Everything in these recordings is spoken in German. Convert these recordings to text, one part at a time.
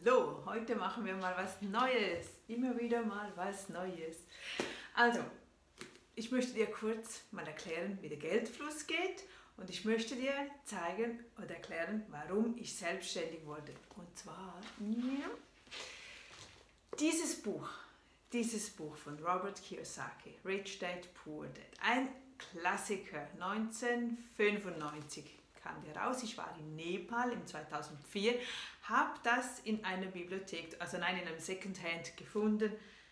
Hallo, heute machen wir mal was Neues. Immer wieder mal was Neues. Also, ich möchte dir kurz mal erklären, wie der Geldfluss geht und ich möchte dir zeigen oder erklären, warum ich selbstständig wurde. Und zwar dieses Buch von Robert Kiyosaki, Rich Dad Poor Dad, ein Klassiker, 1995 kam der raus. Ich war in Nepal im 2004, habe das in einer Bibliothek, in einem Secondhand gefunden.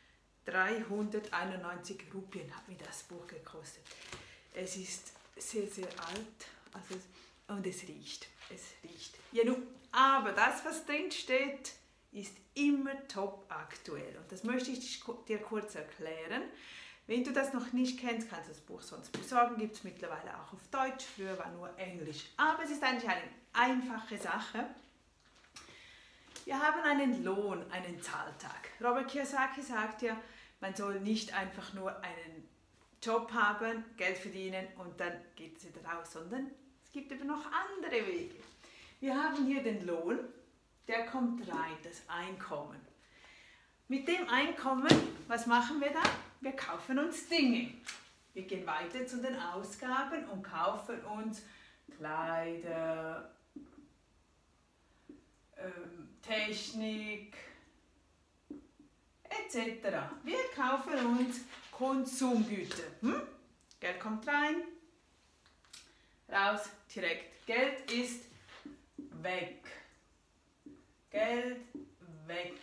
391 Rupien hat mir das Buch gekostet. Es ist sehr, sehr alt und es riecht. Ja, nun, aber das, was drin steht, ist immer top aktuell. Und das möchte ich dir kurz erklären. Wenn du das noch nicht kennst, kannst du das Buch sonst besorgen. Gibt es mittlerweile auch auf Deutsch. Früher war nur Englisch. Aber es ist eigentlich eine einfache Sache. Wir haben einen Lohn, einen Zahltag. Robert Kiyosaki sagt ja, man soll nicht einfach nur einen Job haben, Geld verdienen und dann geht es wieder raus, sondern es gibt eben noch andere Wege. Wir haben hier den Lohn, der kommt rein, das Einkommen. Mit dem Einkommen, was machen wir dann? Wir kaufen uns Dinge. Wir gehen weiter zu den Ausgaben und kaufen uns Kleider, Technik, etc. Wir kaufen uns Konsumgüter. Geld kommt rein, raus, direkt. Geld ist weg. Geld weg.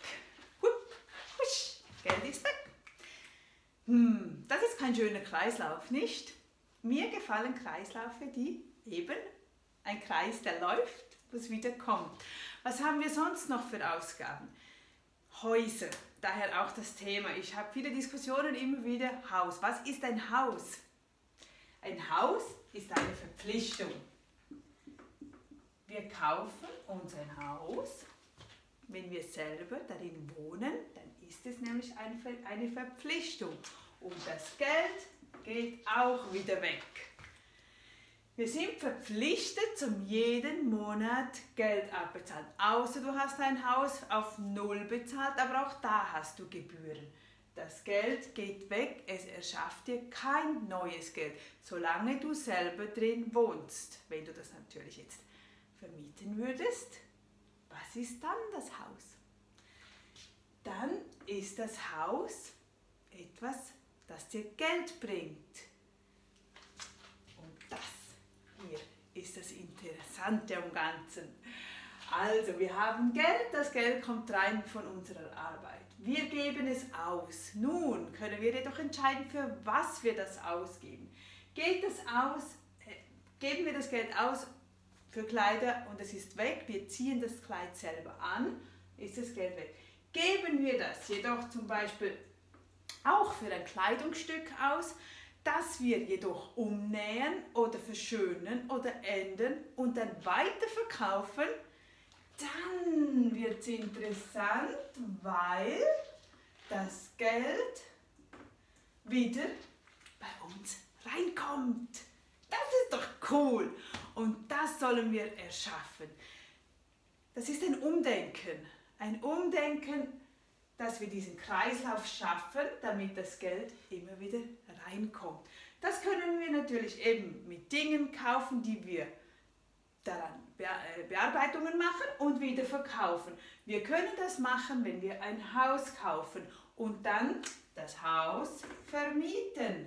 Geld ist weg. Das ist kein schöner Kreislauf, nicht? Mir gefallen Kreisläufe, die eben ein Kreis, der läuft, was wieder kommt. Was haben wir sonst noch für Ausgaben? Häuser, daher auch das Thema. Ich habe viele Diskussionen immer wieder. Haus. Was ist ein Haus? Ein Haus ist eine Verpflichtung. Wir kaufen uns ein Haus. Wenn wir selber darin wohnen, dann ist es nämlich eine Verpflichtung. Und das Geld geht auch wieder weg. Wir sind verpflichtet, jeden Monat Geld abbezahlen. Außer du hast ein Haus auf Null bezahlt, aber auch da hast du Gebühren. Das Geld geht weg, es erschafft dir kein neues Geld, solange du selber drin wohnst. Wenn du das natürlich jetzt vermieten würdest, was ist dann das Haus? Dann ist das Haus etwas, das dir Geld bringt. Und das hier ist das Interessante am Ganzen. Also, wir haben Geld, das Geld kommt rein von unserer Arbeit. Wir geben es aus. Nun können wir jedoch entscheiden, für was wir das ausgeben. Geben wir das Geld aus für Kleider und es ist weg, wir ziehen das Kleid selber an, ist das Geld weg. Geben wir das jedoch zum Beispiel auch für ein Kleidungsstück aus, das wir jedoch umnähen oder verschönern oder ändern und dann weiterverkaufen, dann wird es interessant, weil das Geld wieder bei uns reinkommt. Das ist doch cool und das sollen wir erschaffen. Das ist ein Umdenken, dass wir diesen Kreislauf schaffen, damit das Geld immer wieder reinkommt. Das können wir natürlich eben mit Dingen kaufen, die wir daran Bearbeitungen machen und wieder verkaufen. Wir können das machen, wenn wir ein Haus kaufen und dann das Haus vermieten.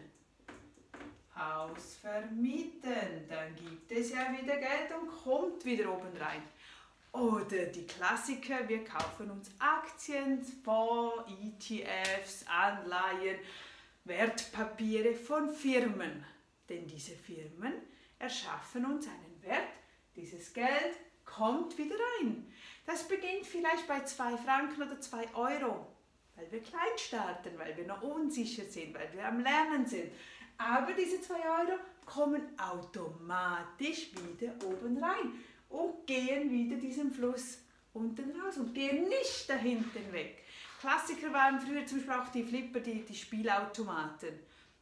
Haus vermieten, dann gibt es ja wieder Geld und kommt wieder oben rein. Oder die Klassiker, wir kaufen uns Aktien, Fonds, ETFs, Anleihen, Wertpapiere von Firmen. Denn diese Firmen erschaffen uns einen Wert, dieses Geld kommt wieder rein. Das beginnt vielleicht bei 2 Franken oder 2 Euro, weil wir klein starten, weil wir noch unsicher sind, weil wir am Lernen sind. Aber diese 2 Euro kommen automatisch wieder oben rein und gehen wieder diesen Fluss unten raus und gehen nicht da hinten weg. Klassiker waren früher zum Beispiel auch die Flipper, die Spielautomaten.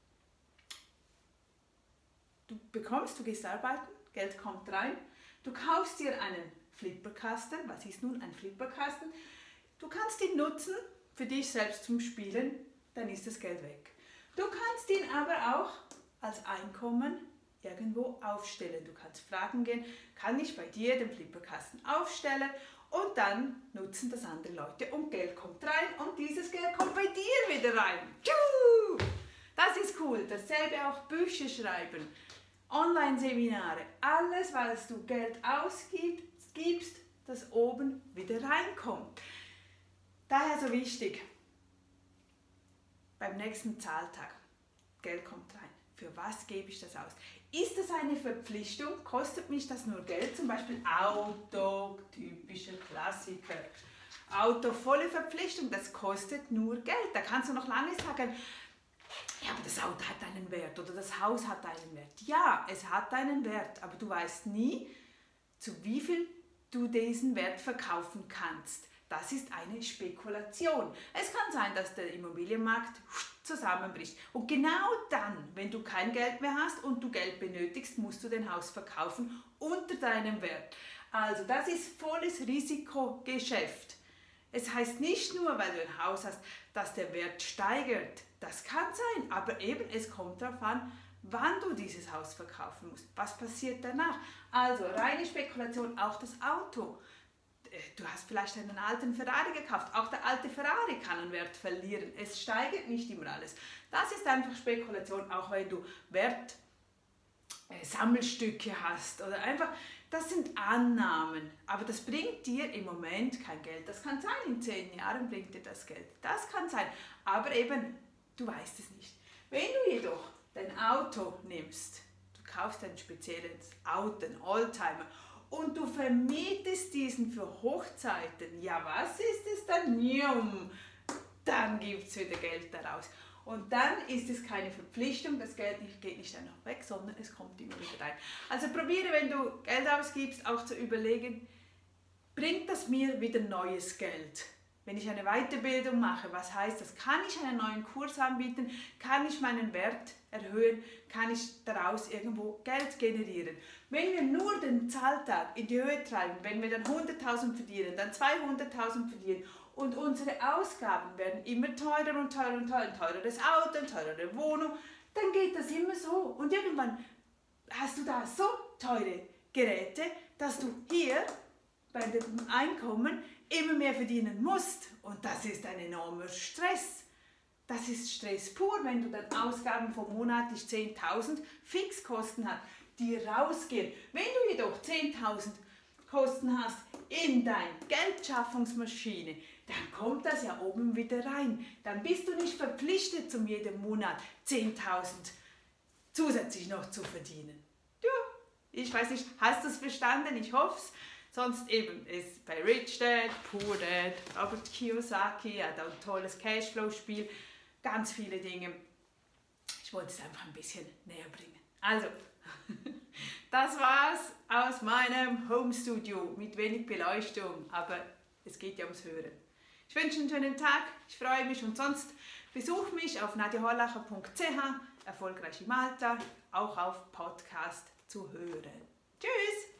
Du gehst arbeiten, Geld kommt rein, du kaufst dir einen Flipperkasten. Was ist nun ein Flipperkasten? Du kannst ihn nutzen für dich selbst zum Spielen, dann ist das Geld weg. Du kannst ihn aber auch als Einkommen irgendwo aufstellen. Du kannst fragen gehen, kann ich bei dir den Flipperkasten aufstellen und dann nutzen das andere Leute und Geld kommt rein und dieses Geld kommt bei dir wieder rein. Das ist cool. Dasselbe auch Bücher schreiben, Online-Seminare, alles, was du Geld ausgibst, das oben wieder reinkommt. Daher so wichtig, beim nächsten Zahltag, Geld kommt rein. Für was gebe ich das aus? Ist das eine Verpflichtung? Kostet mich das nur Geld? Zum Beispiel Auto, typischer Klassiker. Auto, volle Verpflichtung, das kostet nur Geld. Da kannst du noch lange sagen, ja, aber das Auto hat einen Wert oder das Haus hat einen Wert. Ja, es hat einen Wert, aber du weißt nie, zu wie viel du diesen Wert verkaufen kannst. Das ist eine Spekulation. Es kann sein, dass der Immobilienmarkt zusammenbricht. Und genau dann, wenn du kein Geld mehr hast und du Geld benötigst, musst du dein Haus verkaufen unter deinem Wert. Also das ist volles Risikogeschäft. Es heißt nicht nur, weil du ein Haus hast, dass der Wert steigert. Das kann sein, aber eben es kommt darauf an, wann du dieses Haus verkaufen musst. Was passiert danach? Also reine Spekulation, auch das Auto. Du hast vielleicht einen alten Ferrari gekauft. Auch der alte Ferrari kann einen Wert verlieren. Es steigert nicht immer alles. Das ist einfach Spekulation, auch wenn du Sammelstücke hast oder einfach, das sind Annahmen. Aber das bringt dir im Moment kein Geld. Das kann sein, in 10 Jahren bringt dir das Geld. Das kann sein, aber eben, du weißt es nicht. Wenn du jedoch dein Auto nimmst, du kaufst ein spezielles Auto, einen Oldtimer, und du vermietest diesen für Hochzeiten, ja, was ist es dann? Dann gibt es wieder Geld daraus. Und dann ist es keine Verpflichtung, das Geld geht nicht einfach weg, sondern es kommt immer wieder rein. Also probiere, wenn du Geld ausgibst, auch zu überlegen, bringt das mir wieder neues Geld? Wenn ich eine Weiterbildung mache, was heißt das? Kann ich einen neuen Kurs anbieten? Kann ich meinen Wert erhöhen? Kann ich daraus irgendwo Geld generieren? Wenn wir nur den Zahltag in die Höhe treiben, wenn wir dann 100.000 verdienen, dann 200.000 verdienen und unsere Ausgaben werden immer teurer und teurer und teurer, ein teureres Auto, eine teurere Wohnung, dann geht das immer so. Und irgendwann hast du da so teure Geräte, dass du hier bei dem Einkommen immer mehr verdienen musst. Und das ist ein enormer Stress. Das ist Stress pur, wenn du dann Ausgaben von monatlich 10.000 Fixkosten hast, die rausgehen. Wenn du jedoch 10.000 Kosten hast in deine Geldschaffungsmaschine, dann kommt das ja oben wieder rein. Dann bist du nicht verpflichtet, um jeden Monat 10.000 zusätzlich noch zu verdienen. Ja, ich weiß nicht, hast du es verstanden? Ich hoffe es. Sonst eben ist bei Rich Dad, Poor Dad, Robert Kiyosaki, hat auch ein tolles Cashflow-Spiel, ganz viele Dinge. Ich wollte es einfach ein bisschen näher bringen. Also, das war's aus meinem Homestudio mit wenig Beleuchtung, aber es geht ja ums Hören. Ich wünsche einen schönen Tag, ich freue mich und sonst besuch mich auf nadiahorlacher.ch, erfolgreich in Malta, auch auf Podcast zu hören. Tschüss!